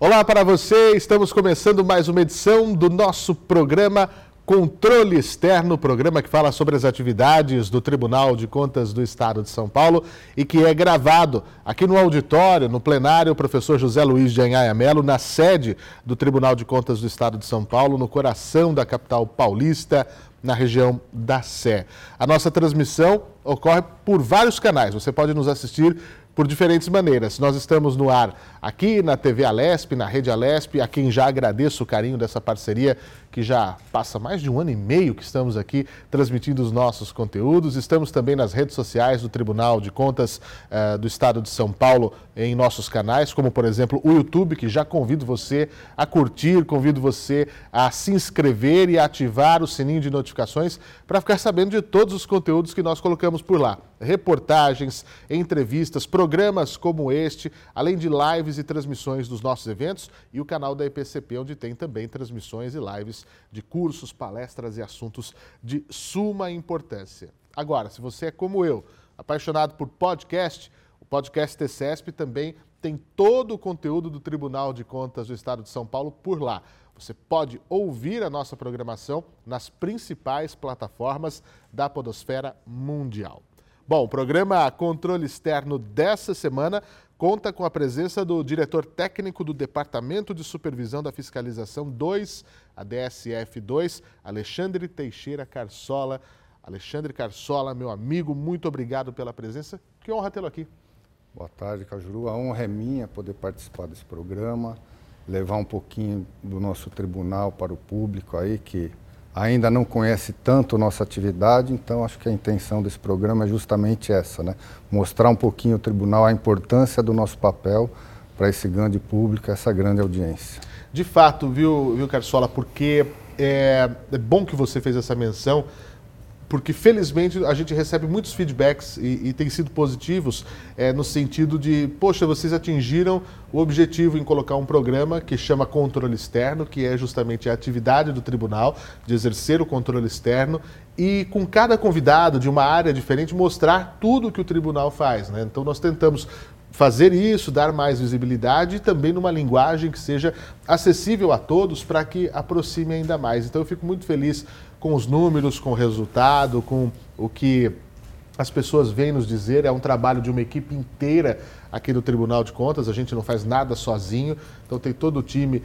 Olá para você, estamos começando mais uma edição do nosso programa Controle Externo, programa que fala sobre as atividades do Tribunal de Contas do Estado de São Paulo e que é gravado aqui no auditório, no plenário, professor José Luiz de Anhaia Melo, na sede do Tribunal de Contas do Estado de São Paulo, no coração da capital paulista, na região da Sé. A nossa transmissão ocorre por vários canais, você pode nos assistir por diferentes maneiras. Nós estamos no ar aqui na TV Alesp, na Rede Alesp, a quem já agradeço o carinho dessa parceria, que já passa mais de 1 ano e meio que estamos aqui transmitindo os nossos conteúdos. Estamos também nas redes sociais do Tribunal de Contas do Estado de São Paulo, em nossos canais, como por exemplo o YouTube, que já convido você a curtir, convido você a se inscrever e a ativar o sininho de notificações para ficar sabendo de todos os conteúdos que nós colocamos por lá. Reportagens, entrevistas, programas como este, além de lives e transmissões dos nossos eventos e o canal da EPCP, onde tem também transmissões e lives de cursos, palestras e assuntos de suma importância. Agora, se você é como eu, apaixonado por podcast, o podcast TCESP também tem todo o conteúdo do Tribunal de Contas do Estado de São Paulo por lá. Você pode ouvir a nossa programação nas principais plataformas da podosfera mundial. Bom, o programa Controle Externo dessa semana conta com a presença do diretor técnico do Departamento de Supervisão da Fiscalização 2, a DSF 2, Alexandre Teixeira Carsola. Alexandre Carsola, meu amigo, muito obrigado pela presença. Que honra tê-lo aqui. Boa tarde, Cajuru. A honra é minha poder participar desse programa, levar um pouquinho do nosso tribunal para o público aí que ainda não conhece tanto nossa atividade, então acho que a intenção desse programa é justamente essa, né? Mostrar um pouquinho o tribunal, a importância do nosso papel para esse grande público, essa grande audiência. De fato, viu Carsola, porque é bom que você fez essa menção, porque felizmente a gente recebe muitos feedbacks e tem sido positivos no sentido de, poxa, vocês atingiram o objetivo em colocar um programa que chama Controle Externo, que é justamente a atividade do tribunal de exercer o controle externo e com cada convidado de uma área diferente mostrar tudo o que o tribunal faz, né? Então nós tentamos fazer isso, dar mais visibilidade e também numa linguagem que seja acessível a todos para que aproxime ainda mais. Então eu fico muito feliz com os números, com o resultado, com o que as pessoas vêm nos dizer. É um trabalho de uma equipe inteira aqui do Tribunal de Contas, a gente não faz nada sozinho, então tem todo o time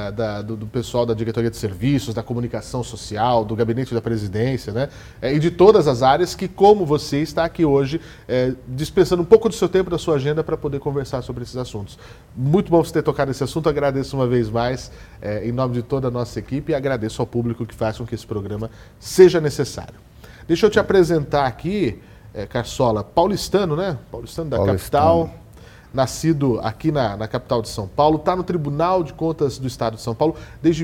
do pessoal da Diretoria de Serviços, da Comunicação Social, do Gabinete da Presidência, né? E de todas as áreas que, como você, está aqui hoje, dispensando um pouco do seu tempo, da sua agenda, para poder conversar sobre esses assuntos. Muito bom você ter tocado nesse assunto, agradeço uma vez mais, em nome de toda a nossa equipe, e agradeço ao público que faz com que esse programa seja necessário. Deixa eu te apresentar aqui, Carsola, paulistano, né? Paulistano da capital. Nascido aqui na capital de São Paulo, está no Tribunal de Contas do Estado de São Paulo desde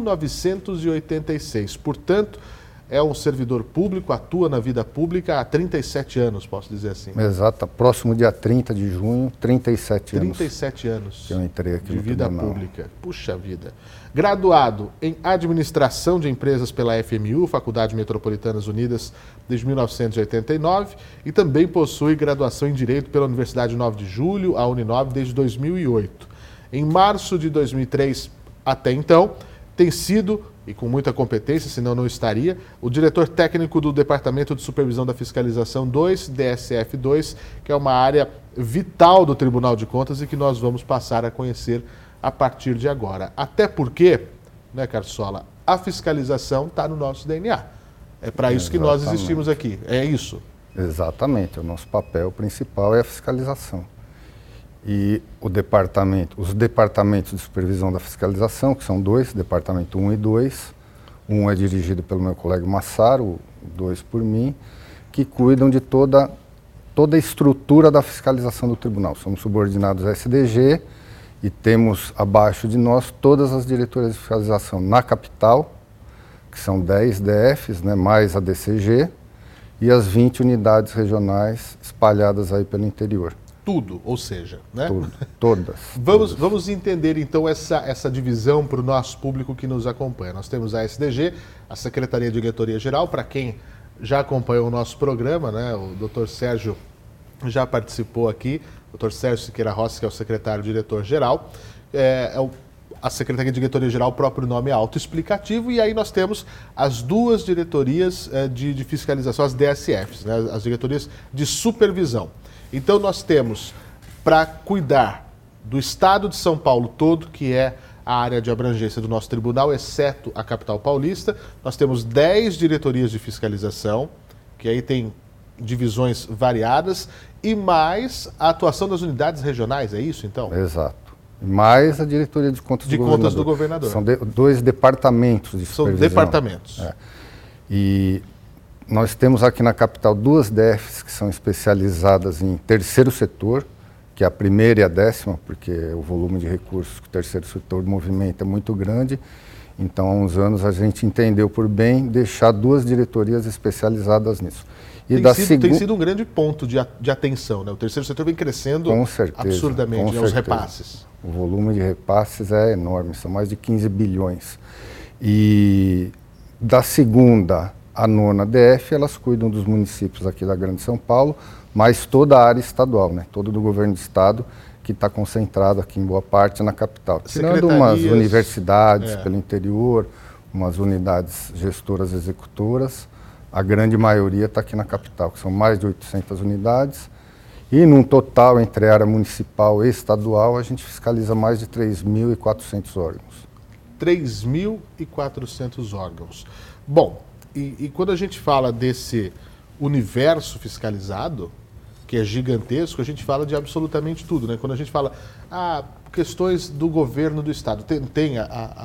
1986. Portanto, é um servidor público, atua na vida pública há 37 anos, posso dizer assim. Exato, próximo dia 30 de junho, 37 anos. 37 anos que eu entrei aqui de no vida tribunal. Pública. Puxa vida. Graduado em Administração de Empresas pela FMU, Faculdade Metropolitanas Unidas, desde 1989, e também possui graduação em Direito pela Universidade 9 de Julho, a Uninove, desde 2008. Em março de 2003, até então, tem sido, e com muita competência, senão não estaria, o diretor técnico do Departamento de Supervisão da Fiscalização 2, DSF 2, que é uma área vital do Tribunal de Contas e que nós vamos passar a conhecer a partir de agora. Até porque, né, Carsola, a fiscalização está no nosso DNA. É para isso que nós existimos aqui. É isso? Exatamente. O nosso papel principal é a fiscalização. E os departamentos de supervisão da fiscalização, que são dois, departamento 1 e 2, um é dirigido pelo meu colega Massaro, o 2 por mim, que cuidam de toda a estrutura da fiscalização do tribunal. Somos subordinados à SDG e temos abaixo de nós todas as diretorias de fiscalização na capital, que são 10 DFs, né, mais a DCG, e as 20 unidades regionais espalhadas aí pelo interior. Tudo, ou seja, né? Tudo, todas. Vamos entender então essa divisão para o nosso público que nos acompanha. Nós temos a SDG, a Secretaria de Diretoria Geral, para quem já acompanhou o nosso programa, né? O Dr. Sérgio já participou aqui, Dr. Sérgio Siqueira Rossi, que é o secretário-diretor-geral. a Secretaria de Diretoria-Geral, o próprio nome é autoexplicativo, e aí nós temos as duas diretorias de fiscalização, as DSFs, né, as diretorias de supervisão. Então nós temos, para cuidar do estado de São Paulo todo, que é a área de abrangência do nosso tribunal, exceto a capital paulista, nós temos 10 diretorias de fiscalização, que aí tem divisões variadas, e mais a atuação das unidades regionais, é isso então? Exato. Mais a diretoria de contas do governador. São dois departamentos de supervisão. São departamentos. E nós temos aqui na capital duas DEFs que são especializadas em terceiro setor, que é a primeira e a 10ª, porque o volume de recursos que o terceiro setor movimenta é muito grande. Então, há uns anos, a gente entendeu por bem deixar duas diretorias especializadas nisso. E tem sido um grande ponto de atenção, né? O terceiro setor vem crescendo absurdamente, né? Os repasses. O volume de repasses é enorme, são mais de 15 bilhões. E da segunda à nona DF, elas cuidam dos municípios aqui da Grande São Paulo, mas toda a área estadual, né? Todo do governo do estado, que está concentrado aqui em boa parte na capital. Tirando umas universidades pelo interior, umas unidades gestoras executoras, a grande maioria está aqui na capital, que são mais de 800 unidades. E num total, entre área municipal e estadual, a gente fiscaliza mais de 3.400 órgãos. 3.400 órgãos. Bom, e quando a gente fala desse universo fiscalizado, que é gigantesco, a gente fala de absolutamente tudo, né? Quando a gente fala questões do governo do estado, tem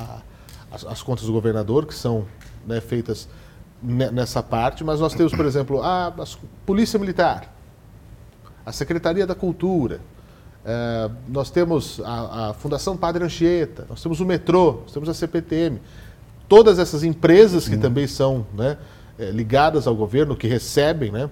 as contas do governador, que são, né, feitas nessa parte, mas nós temos, por exemplo, a Polícia Militar, a Secretaria da Cultura, nós temos a Fundação Padre Anchieta, nós temos o metrô, nós temos a CPTM, todas essas empresas que também são, né, ligadas ao governo, que recebem, né,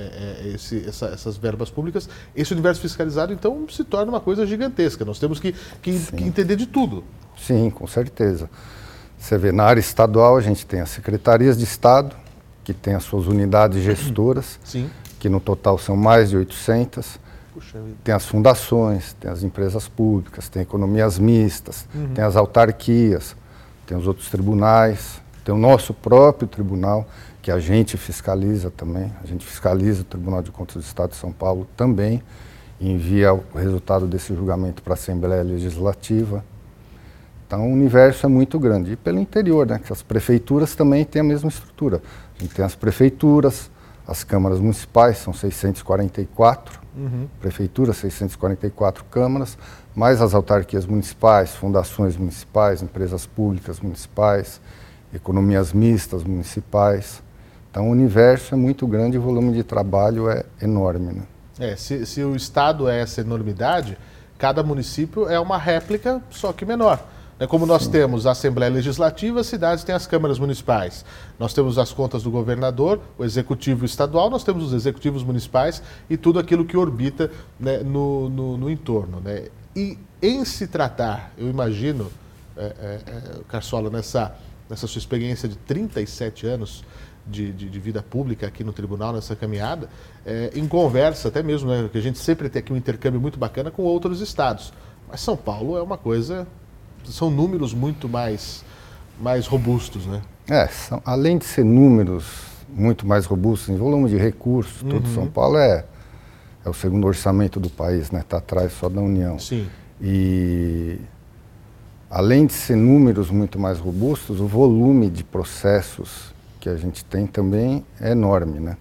essas verbas públicas, esse universo fiscalizado, então, se torna uma coisa gigantesca. Nós temos que entender de tudo. Sim, com certeza. Você vê, na área estadual, a gente tem as secretarias de Estado, que tem as suas unidades gestoras, Sim. que no total são mais de 800. Puxa vida. Tem as fundações, tem as empresas públicas, tem economias mistas, tem as autarquias, tem os outros tribunais, tem o nosso próprio tribunal, que a gente fiscaliza também. A gente fiscaliza o Tribunal de Contas do Estado de São Paulo também, e envia o resultado desse julgamento para a Assembleia Legislativa. Então, o universo é muito grande. E pelo interior, né, que as prefeituras também têm a mesma estrutura. A gente tem as prefeituras, as câmaras municipais, são 644 prefeituras, 644 câmaras, mais as autarquias municipais, fundações municipais, empresas públicas municipais, economias mistas municipais. Então, o universo é muito grande e o volume de trabalho é enorme, né? Se o estado é essa enormidade, cada município é uma réplica, só que menor. Como nós temos a Assembleia Legislativa, as cidades têm as câmaras municipais. Nós temos as contas do governador, o executivo estadual, nós temos os executivos municipais e tudo aquilo que orbita, né, no entorno, né? E em se tratar, eu imagino, Carsola, nessa sua experiência de 37 anos de vida pública aqui no tribunal, nessa caminhada, em conversa até mesmo, né, que a gente sempre tem aqui um intercâmbio muito bacana com outros estados. Mas São Paulo é uma coisa... São números muito mais robustos, né? Além de ser números muito mais robustos em volume de recursos, tudo São Paulo é o segundo orçamento do país, né? Está atrás só da União. Sim. E além de ser números muito mais robustos, o volume de processos que a gente tem também é enorme, né?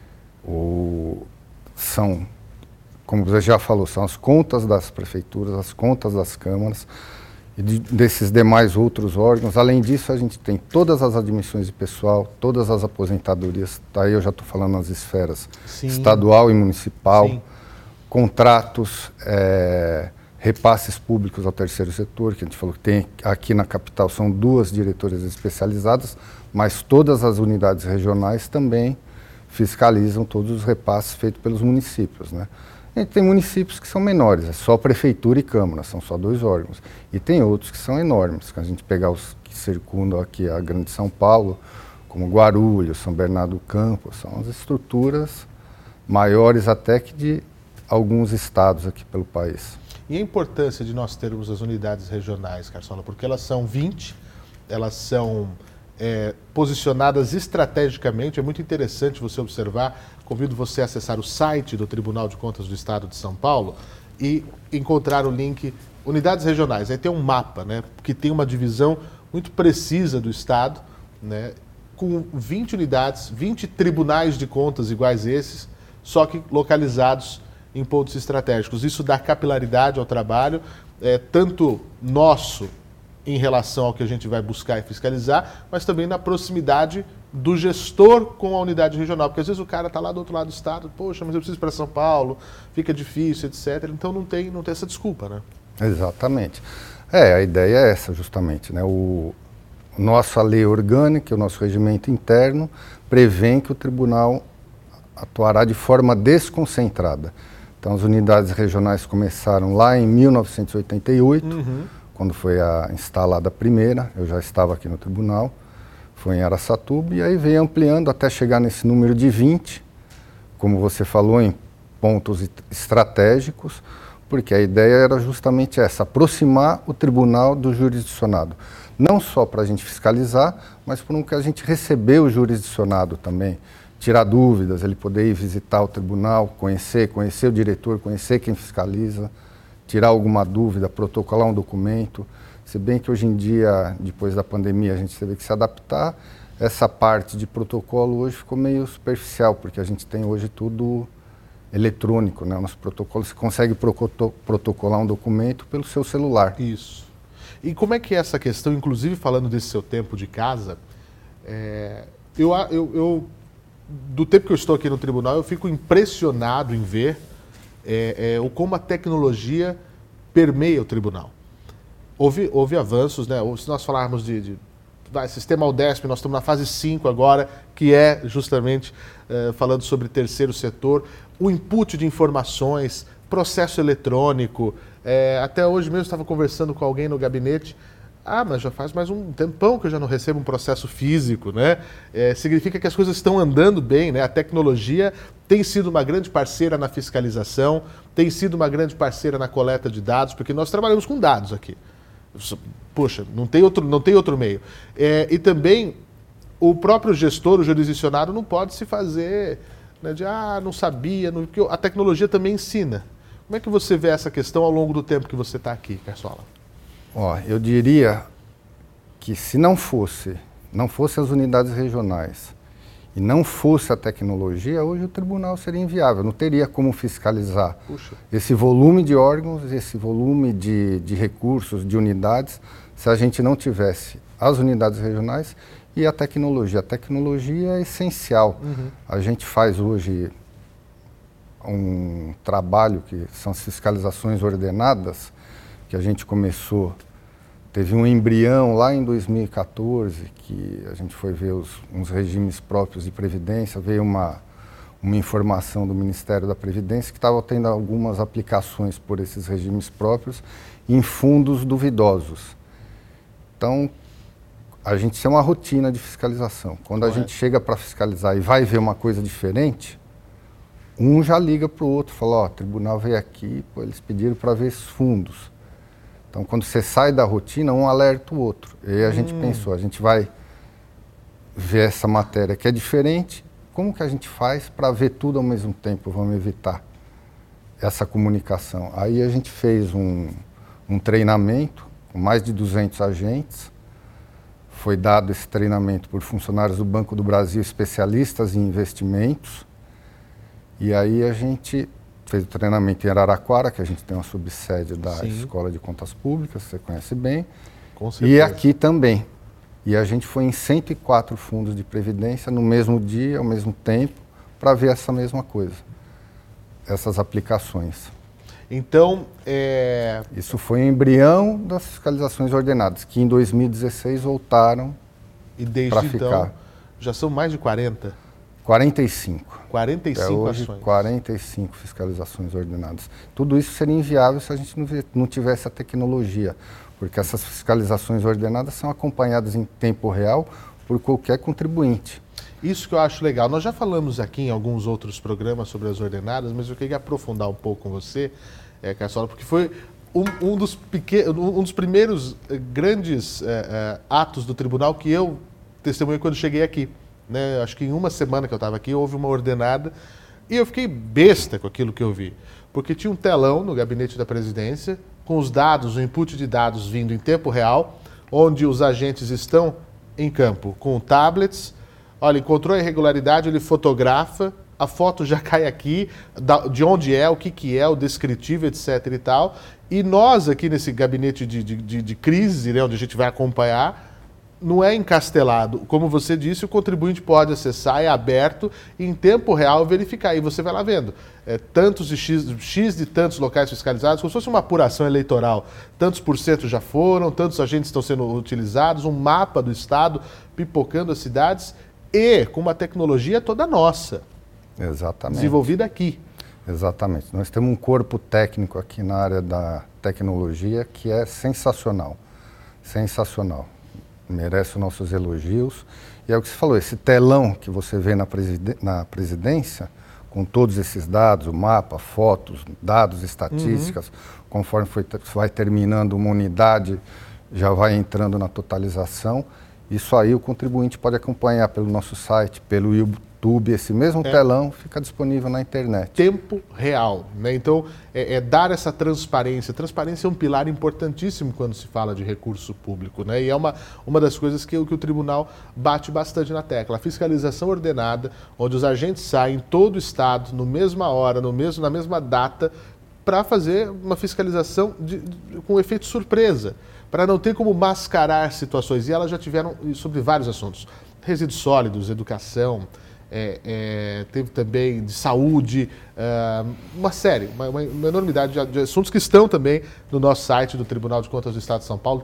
São, como você já falou, são as contas das prefeituras, as contas das câmaras, e desses demais outros órgãos. Além disso, a gente tem todas as admissões de pessoal, todas as aposentadorias, aí eu já estou falando nas esferas estadual e municipal, contratos, repasses públicos ao terceiro setor, que a gente falou que tem aqui na capital, são duas diretorias especializadas, mas todas as unidades regionais também fiscalizam todos os repasses feitos pelos municípios, né? A gente tem municípios que são menores, é só prefeitura e câmara, são só dois órgãos. E tem outros que são enormes, se a gente pegar os que circundam aqui a Grande São Paulo, como Guarulhos, São Bernardo do Campo, são as estruturas maiores até que de alguns estados aqui pelo país. E a importância de nós termos as unidades regionais, Carçola, porque elas são 20, elas são posicionadas estrategicamente, é muito interessante você observar. Convido você a acessar o site do Tribunal de Contas do Estado de São Paulo e encontrar o link Unidades Regionais. Aí tem um mapa, né, que tem uma divisão muito precisa do Estado, né, com 20 unidades, 20 tribunais de contas iguais a esses, só que localizados em pontos estratégicos. Isso dá capilaridade ao trabalho, tanto nosso em relação ao que a gente vai buscar e fiscalizar, mas também na proximidade do gestor com a unidade regional. Porque às vezes o cara está lá do outro lado do estado, poxa, mas eu preciso ir para São Paulo, fica difícil, etc. Então não tem essa desculpa, né? Exatamente. A ideia é essa justamente, né? Nossa lei orgânica, o nosso regimento interno, prevê que o tribunal atuará de forma desconcentrada. Então, as unidades regionais começaram lá em 1988, quando foi instalada a primeira. Eu já estava aqui no tribunal, foi em Araçatuba, e aí veio ampliando até chegar nesse número de 20, como você falou, em pontos estratégicos, porque a ideia era justamente essa, aproximar o tribunal do jurisdicionado. Não só para a gente fiscalizar, mas para a gente receber o jurisdicionado também, tirar dúvidas, ele poder ir visitar o tribunal, conhecer o diretor, conhecer quem fiscaliza, tirar alguma dúvida, protocolar um documento. Se bem que hoje em dia, depois da pandemia, a gente teve que se adaptar, essa parte de protocolo hoje ficou meio superficial, porque a gente tem hoje tudo eletrônico, né? Nosso protocolo, você consegue protocolar um documento pelo seu celular. Isso. E como é que é essa questão, inclusive falando desse seu tempo de casa, do tempo que eu estou aqui no tribunal, eu fico impressionado em ver como a tecnologia permeia o tribunal. Houve avanços, né? Se nós falarmos de sistema Aldesp, nós estamos na fase 5 agora, que é justamente falando sobre terceiro setor, o input de informações, processo eletrônico. Até hoje mesmo estava conversando com alguém no gabinete. Mas já faz mais um tempão que eu já não recebo um processo físico, né? Significa que as coisas estão andando bem, né? A tecnologia tem sido uma grande parceira na fiscalização, tem sido uma grande parceira na coleta de dados, porque nós trabalhamos com dados aqui. Poxa, não tem outro meio. E também o próprio gestor, o jurisdicionado, não pode se fazer, né, não sabia, porque a tecnologia também ensina. Como é que você vê essa questão ao longo do tempo que você está aqui, Carçola? Eu diria que se não fosse as unidades regionais e não fosse a tecnologia, hoje o tribunal seria inviável, não teria como fiscalizar. Puxa. Esse volume de órgãos, esse volume de recursos, de unidades, se a gente não tivesse as unidades regionais e a tecnologia. A tecnologia é essencial. A gente faz hoje um trabalho que são as fiscalizações ordenadas, que a gente começou. Teve um embrião lá em 2014, que a gente foi ver uns regimes próprios de previdência, veio uma informação do Ministério da Previdência que estava tendo algumas aplicações por esses regimes próprios em fundos duvidosos. Então, a gente tem uma rotina de fiscalização. Quando a gente chega para fiscalizar e vai ver uma coisa diferente, um já liga para o outro, fala, o tribunal veio aqui, eles pediram para ver esses fundos. Então, quando você sai da rotina, um alerta o outro. E aí a gente pensou, a gente vai ver essa matéria que é diferente, como que a gente faz para ver tudo ao mesmo tempo? Vamos evitar essa comunicação. Aí a gente fez um treinamento com mais de 200 agentes. Foi dado esse treinamento por funcionários do Banco do Brasil, especialistas em investimentos. E aí a gente fez o treinamento em Araraquara, que a gente tem uma subsede da Escola de Contas Públicas, você conhece bem. Com certeza. E aqui também. E a gente foi em 104 fundos de previdência no mesmo dia, ao mesmo tempo, para ver essa mesma coisa, essas aplicações. Então, Isso foi o embrião das fiscalizações ordenadas, que em 2016 voltaram para ficar. Então, já são mais de 40? 45. 45 Até hoje, ações. 45 fiscalizações ordenadas. Tudo isso seria inviável se a gente não tivesse a tecnologia, porque essas fiscalizações ordenadas são acompanhadas em tempo real por qualquer contribuinte. Isso que eu acho legal. Nós já falamos aqui em alguns outros programas sobre as ordenadas, mas eu queria aprofundar um pouco com você, Carçola, porque foi um dos primeiros grandes atos do tribunal que eu testemunhei quando cheguei aqui. Né? Acho que em uma semana que eu estava aqui, houve uma ordenada e eu fiquei besta com aquilo que eu vi. Porque tinha um telão no gabinete da presidência, com os dados, o input de dados vindo em tempo real, onde os agentes estão em campo com tablets. Olha, encontrou a irregularidade, ele fotografa, a foto já cai aqui, de onde é, o que é, o descritivo, etc. e tal. E nós aqui nesse gabinete de crise, né, onde a gente vai acompanhar, não é encastelado. Como você disse, o contribuinte pode acessar, é aberto e em tempo real verificar. E você vai lá vendo. Tantos de X de tantos locais fiscalizados, como se fosse uma apuração eleitoral. Tantos por cento já foram, tantos agentes estão sendo utilizados, um mapa do Estado pipocando as cidades e com uma tecnologia toda nossa. Exatamente. Desenvolvida aqui. Exatamente. Nós temos um corpo técnico aqui na área da tecnologia que é sensacional. Sensacional. Merece os nossos elogios. E é o que você falou, esse telão que você vê na presidência, com todos esses dados, o mapa, fotos, dados, estatísticas, conforme vai terminando uma unidade, já vai entrando na totalização. Isso aí o contribuinte pode acompanhar pelo nosso site, pelo YouTube, esse mesmo telão fica disponível na internet. Tempo real, né? Então, dar essa transparência. Transparência é um pilar importantíssimo quando se fala de recurso público, né? E é uma das coisas que o tribunal bate bastante na tecla. A fiscalização ordenada, onde os agentes saem em todo o estado, na mesma hora, na mesma data, para fazer uma fiscalização com efeito surpresa, para não ter como mascarar situações. E elas já tiveram sobre vários assuntos. Resíduos sólidos, educação, teve também de saúde, uma série, uma enormidade de assuntos que estão também no nosso site do Tribunal de Contas do Estado de São Paulo,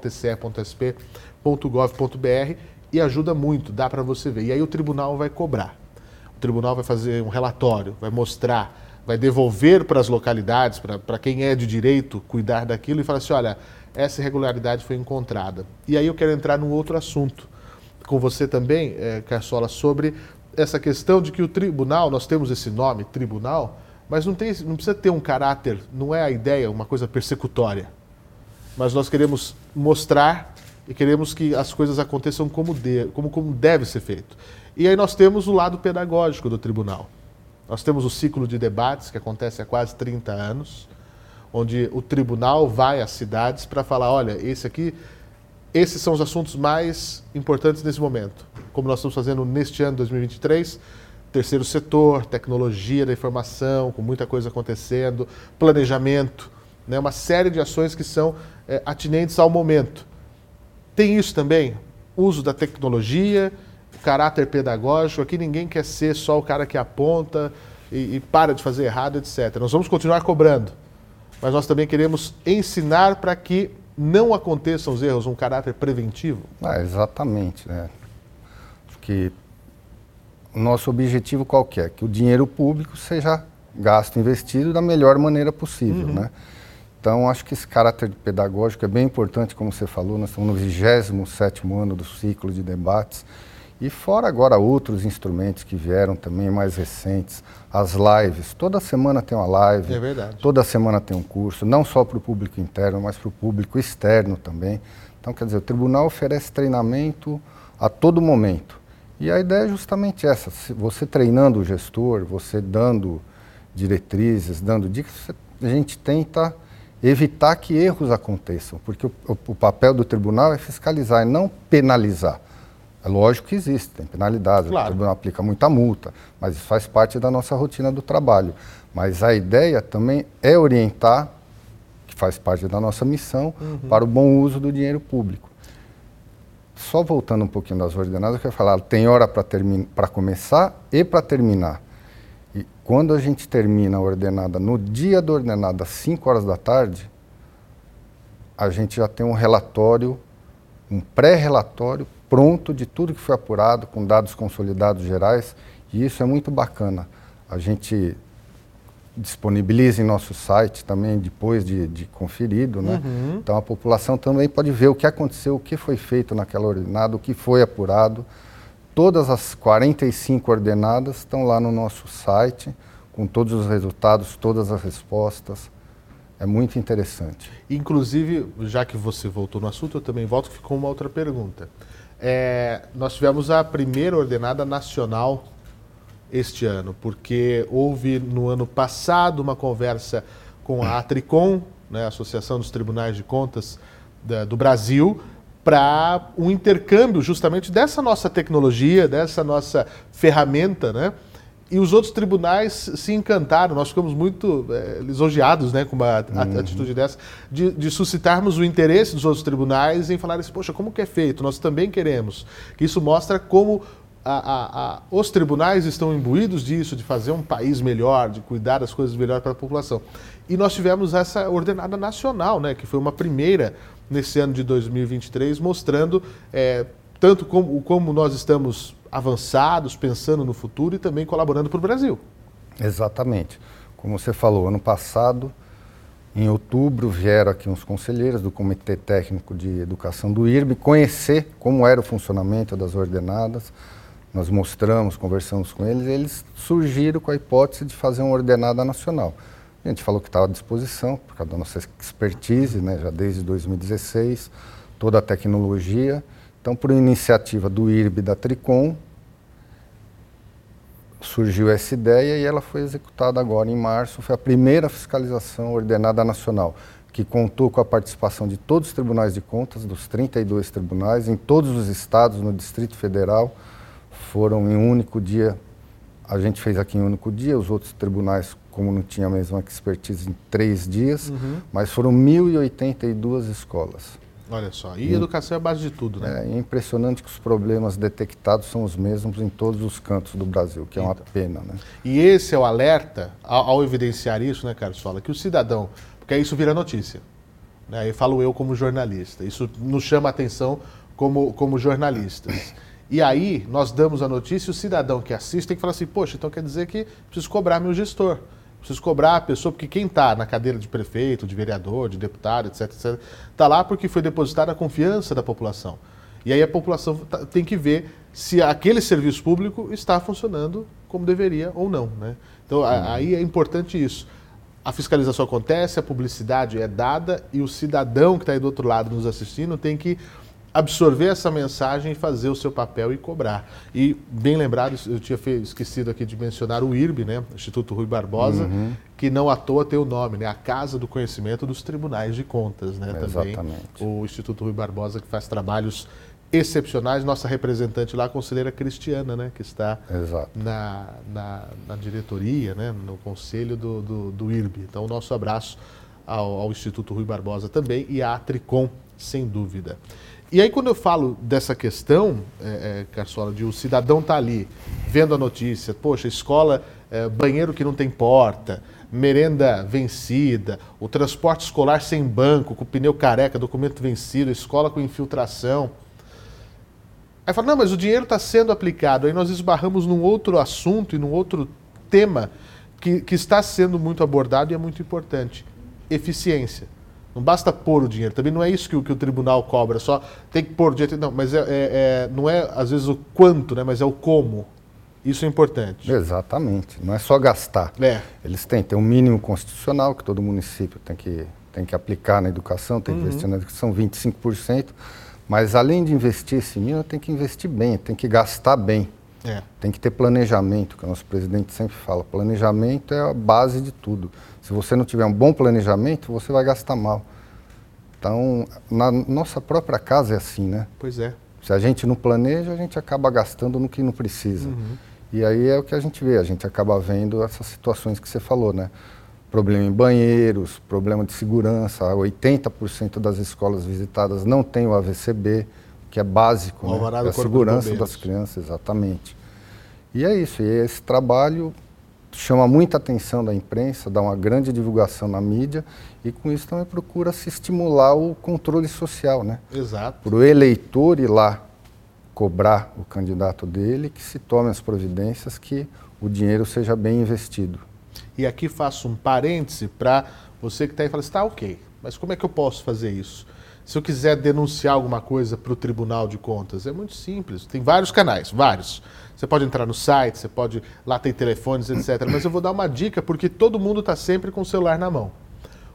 tce.sp.gov.br, e ajuda muito, dá para você ver. E aí o tribunal vai cobrar. O tribunal vai fazer um relatório, vai mostrar, vai devolver para as localidades, para quem é de direito cuidar daquilo e falar assim, olha, essa irregularidade foi encontrada. E aí eu quero entrar num outro assunto com você também, Carsola, sobre essa questão de que o tribunal, nós temos esse nome, tribunal, mas não precisa ter um caráter, não é a ideia, uma coisa persecutória. Mas nós queremos mostrar e queremos que as coisas aconteçam como deve ser feito. E aí nós temos o lado pedagógico do tribunal. Nós temos o ciclo de debates, que acontece há quase 30 anos, onde o tribunal vai às cidades para falar, olha, esses são os assuntos mais importantes nesse momento. Como nós estamos fazendo neste ano, 2023, terceiro setor, tecnologia da informação, com muita coisa acontecendo, planejamento, né, uma série de ações que são atinentes ao momento. Tem isso também, uso da tecnologia, caráter pedagógico. Aqui ninguém quer ser só o cara que aponta e para de fazer errado, etc. Nós vamos continuar cobrando, mas nós também queremos ensinar para que não aconteçam os erros, um caráter preventivo. Exatamente, né? Porque o nosso objetivo qual que é? Que o dinheiro público seja gasto, investido da melhor maneira possível, né? Então, acho que esse caráter pedagógico é bem importante, como você falou, nós estamos no 27º ano do ciclo de debates, e fora agora outros instrumentos que vieram também mais recentes, as lives, toda semana tem uma live, toda semana tem um curso, não só para o público interno, mas para o público externo também. Então, quer dizer, o tribunal oferece treinamento a todo momento. E a ideia é justamente essa, você treinando o gestor, você dando diretrizes, dando dicas, a gente tenta evitar que erros aconteçam, porque o papel do tribunal é fiscalizar e não penalizar. É lógico que existe, tem penalidades, claro. O tribunal aplica muita multa, mas isso faz parte da nossa rotina do trabalho. Mas a ideia também é orientar, que faz parte da nossa missão, para o bom uso do dinheiro público. Só voltando um pouquinho das ordenadas, eu quero falar, tem hora para começar e para terminar. E quando a gente termina a ordenada, no dia da ordenada, às 5 horas da tarde, a gente já tem um relatório, um pré-relatório pronto de tudo que foi apurado, com dados consolidados gerais, e isso é muito bacana. A gente disponibiliza em nosso site também, depois de conferido, né? Então a população também pode ver o que aconteceu, o que foi feito naquela ordenada, o que foi apurado. Todas as 45 ordenadas estão lá no nosso site, com todos os resultados, todas as respostas. é muito interessante. Inclusive, já que você voltou no assunto, eu também volto, ficou uma outra pergunta. Nós tivemos a primeira ordenada nacional este ano, porque houve no ano passado uma conversa com a Atricom, né, a Associação dos Tribunais de Contas do Brasil, para um intercâmbio justamente dessa nossa tecnologia, dessa nossa ferramenta, né? E os outros tribunais se encantaram, nós ficamos muito lisonjeados, né, com uma atitude dessa, de suscitarmos o interesse dos outros tribunais em falar assim, poxa, como que é feito? Nós também queremos. Isso mostra como os tribunais estão imbuídos disso, de fazer um país melhor, de cuidar das coisas melhor para a população. E nós tivemos essa ordenada nacional, né, que foi uma primeira nesse ano de 2023, mostrando tanto como nós estamos avançados, pensando no futuro e também colaborando para o Brasil. Exatamente. Como você falou, ano passado, em outubro, vieram aqui uns conselheiros do Comitê Técnico de Educação do IRB conhecer como era o funcionamento das ordenadas. Nós mostramos, conversamos com eles, e eles surgiram com a hipótese de fazer uma ordenada nacional. A gente falou que estava à disposição, por causa da nossa expertise, né, já desde 2016, toda a tecnologia. Então, por iniciativa do IRB e da Atricom, surgiu essa ideia e ela foi executada agora em março. Foi a primeira fiscalização ordenada nacional, que contou com a participação de todos os tribunais de contas, dos 32 tribunais, em todos os estados, no Distrito Federal. Foram em um único dia, a gente fez aqui em um único dia, os outros tribunais, como não tinha a mesma expertise, em 3 dias, mas foram 1.082 escolas. Olha só, e educação é a base de tudo, né? É impressionante que os problemas detectados são os mesmos em todos os cantos do Brasil, que é uma pena, né? E esse é o alerta, ao evidenciar isso, né, Carlos Fala, que o cidadão, porque aí isso vira notícia, né? Aí falo eu como jornalista, isso nos chama a atenção como jornalistas. E aí nós damos a notícia e o cidadão que assiste tem que falar assim, poxa, então quer dizer que preciso cobrar meu gestor. Preciso cobrar a pessoa, porque quem está na cadeira de prefeito, de vereador, de deputado, etc, está lá porque foi depositada a confiança da população. E aí a população tem que ver se aquele serviço público está funcionando como deveria ou não, né? Então aí é importante isso. A fiscalização acontece, a publicidade é dada e o cidadão que está aí do outro lado nos assistindo tem que absorver essa mensagem e fazer o seu papel e cobrar. E, bem lembrado, eu tinha esquecido aqui de mencionar o IRB, né? Instituto Rui Barbosa, que não à toa tem o nome, né? A Casa do Conhecimento dos Tribunais de Contas, né? Exatamente. Também o Instituto Rui Barbosa, que faz trabalhos excepcionais. Nossa representante lá, a conselheira Cristiana, né? Que está na diretoria, né? No conselho do IRB. Então, o nosso abraço ao Instituto Rui Barbosa também e à Atricom, sem dúvida. E aí, quando eu falo dessa questão, Carçola, de o cidadão estar ali, vendo a notícia, poxa, escola, banheiro que não tem porta, merenda vencida, o transporte escolar sem banco, com pneu careca, documento vencido, escola com infiltração. Aí fala, não, mas o dinheiro está sendo aplicado. Aí nós esbarramos num outro assunto e num outro tema que está sendo muito abordado e é muito importante. Eficiência. Não basta pôr o dinheiro, também não é isso que o tribunal cobra, só tem que pôr o dinheiro, não, mas não é às vezes o quanto, né, mas é o como. Isso é importante. Exatamente, não é só gastar. Eles têm um mínimo constitucional que todo município tem que aplicar na educação, tem que investir na educação, 25%, mas além de investir esse mínimo, tem que investir bem, tem que gastar bem. Tem que ter planejamento, que o nosso presidente sempre fala, planejamento é a base de tudo. Se você não tiver um bom planejamento, você vai gastar mal. Então, na nossa própria casa é assim, né? Pois é. Se a gente não planeja, a gente acaba gastando no que não precisa. E aí é o que a gente vê, a gente acaba vendo essas situações que você falou, né? Problema em banheiros, problema de segurança, 80% das escolas visitadas não tem o AVCB, que é básico, né? A segurança das crianças, exatamente. E é isso, e esse trabalho chama muita atenção da imprensa, dá uma grande divulgação na mídia e com isso também procura se estimular o controle social, né? Exato. Para o eleitor ir lá cobrar o candidato dele, que se tome as providências, que o dinheiro seja bem investido. E aqui faço um parêntese para você que está aí e fala assim, tá, ok, mas como é que eu posso fazer isso? Se eu quiser denunciar alguma coisa para o Tribunal de Contas, é muito simples. Tem vários canais, vários. Você pode entrar no site, você pode... Lá tem telefones, etc. Mas eu vou dar uma dica, porque todo mundo está sempre com o celular na mão.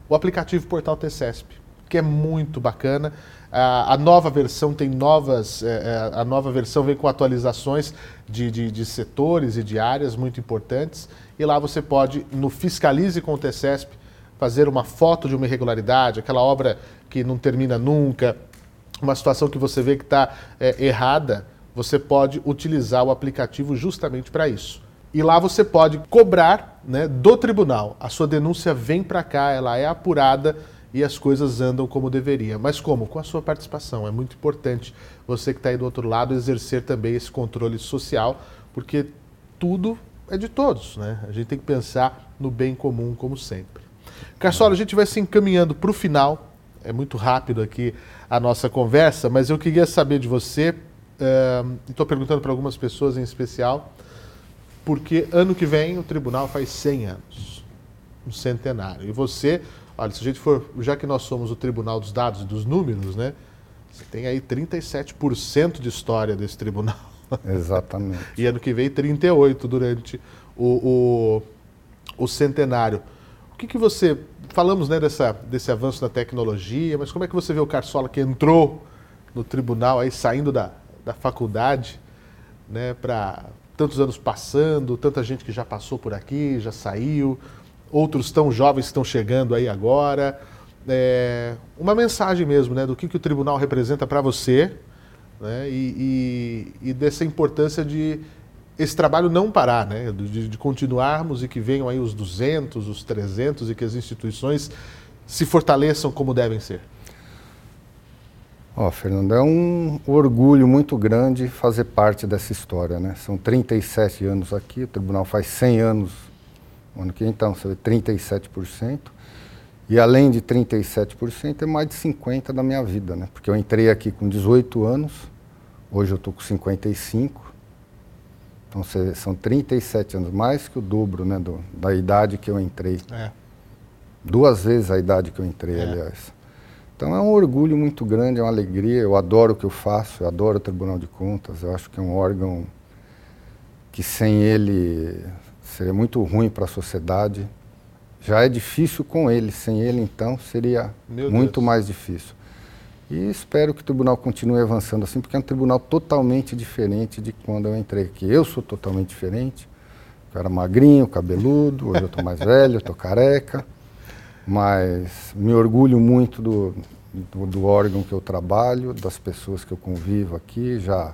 o aplicativo Portal T-CESP, que é muito bacana. A nova versão tem a nova versão vem com atualizações de setores e de áreas muito importantes. E lá você pode, no Fiscalize com o T-CESP, fazer uma foto de uma irregularidade, aquela obra que não termina nunca, uma situação que você vê que está errada, você pode utilizar o aplicativo justamente para isso. E lá você pode cobrar, né, do tribunal. A sua denúncia vem para cá, ela é apurada e as coisas andam como deveria. Mas como? Com a sua participação. É muito importante você que está aí do outro lado exercer também esse controle social, porque tudo é de todos, né? A gente tem que pensar no bem comum, como sempre. Carçola, a gente vai se encaminhando para o final. É muito rápido aqui a nossa conversa, mas eu queria saber de você, estou perguntando para algumas pessoas em especial, porque ano que vem o tribunal faz 100 anos, um centenário. E você, olha, se a gente for, já que nós somos o tribunal dos dados e dos números, né? Você tem aí 37% de história desse tribunal. Exatamente. E ano que vem 38% durante o centenário. O que você... Falamos, né, desse avanço na tecnologia, mas como é que você vê o Carçola que entrou no tribunal, aí saindo da faculdade, né, para tantos anos passando, tanta gente que já passou por aqui, já saiu, outros tão jovens que estão chegando aí agora. Uma mensagem mesmo, né, do que o tribunal representa para você, né, e dessa importância de esse trabalho não parar, né, de continuarmos e que venham aí os 200, os 300 e que as instituições se fortaleçam como devem ser. Fernando, é um orgulho muito grande fazer parte dessa história, né? São 37 anos aqui, o tribunal faz 100 anos, no ano que vem, então, você vê 37%. E além de 37%, é mais de 50% da minha vida, né? Porque eu entrei aqui com 18 anos, hoje eu estou com 55. Então são 37 anos, mais que o dobro, né, da idade que eu entrei. 2 vezes a idade que eu entrei, aliás. Então é um orgulho muito grande, é uma alegria, eu adoro o que eu faço, eu adoro o Tribunal de Contas, eu acho que é um órgão que sem ele seria muito ruim para a sociedade. Já é difícil com ele, sem ele então seria muito mais difícil. E espero que o tribunal continue avançando assim, porque é um tribunal totalmente diferente de quando eu entrei aqui. Eu sou totalmente diferente, eu era magrinho, cabeludo, hoje eu estou mais velho, estou careca, mas me orgulho muito do órgão que eu trabalho, das pessoas que eu convivo aqui, já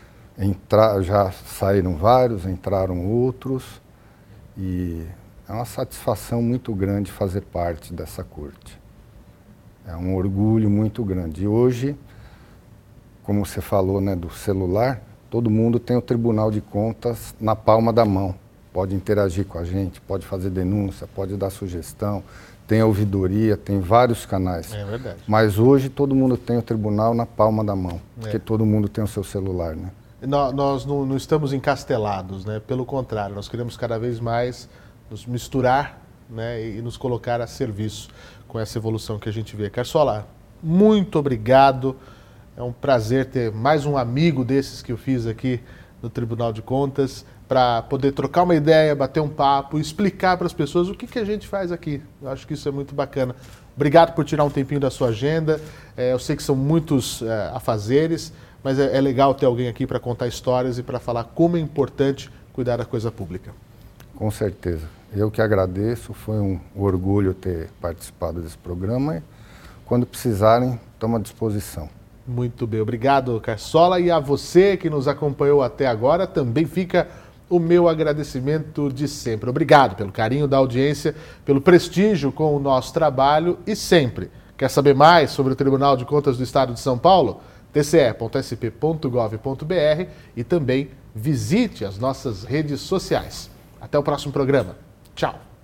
saíram vários, entraram outros, e é uma satisfação muito grande fazer parte dessa corte. É um orgulho muito grande. E hoje, como você falou, né, do celular, todo mundo tem o Tribunal de Contas na palma da mão. Pode interagir com a gente, pode fazer denúncia, pode dar sugestão, tem a ouvidoria, tem vários canais. É verdade. Mas hoje todo mundo tem o tribunal na palma da mão, porque todo mundo tem o seu celular, né? Nós não estamos encastelados, né? Pelo contrário, nós queremos cada vez mais nos misturar, né, e nos colocar a serviço com essa evolução que a gente vê. Carçola, muito obrigado. É um prazer ter mais um amigo desses que eu fiz aqui no Tribunal de Contas, para poder trocar uma ideia, bater um papo, explicar para as pessoas o que a gente faz aqui. Eu acho que isso é muito bacana. Obrigado por tirar um tempinho da sua agenda. Eu sei que são muitos afazeres, mas é legal ter alguém aqui para contar histórias e para falar como é importante cuidar da coisa pública. Com certeza. Eu que agradeço, foi um orgulho ter participado desse programa e quando precisarem, estamos à disposição. Muito bem, obrigado, Carçola, e a você que nos acompanhou até agora, também fica o meu agradecimento de sempre. Obrigado pelo carinho da audiência, pelo prestígio com o nosso trabalho e sempre. Quer saber mais sobre o Tribunal de Contas do Estado de São Paulo? tce.sp.gov.br e também visite as nossas redes sociais. Até o próximo programa. Tchau!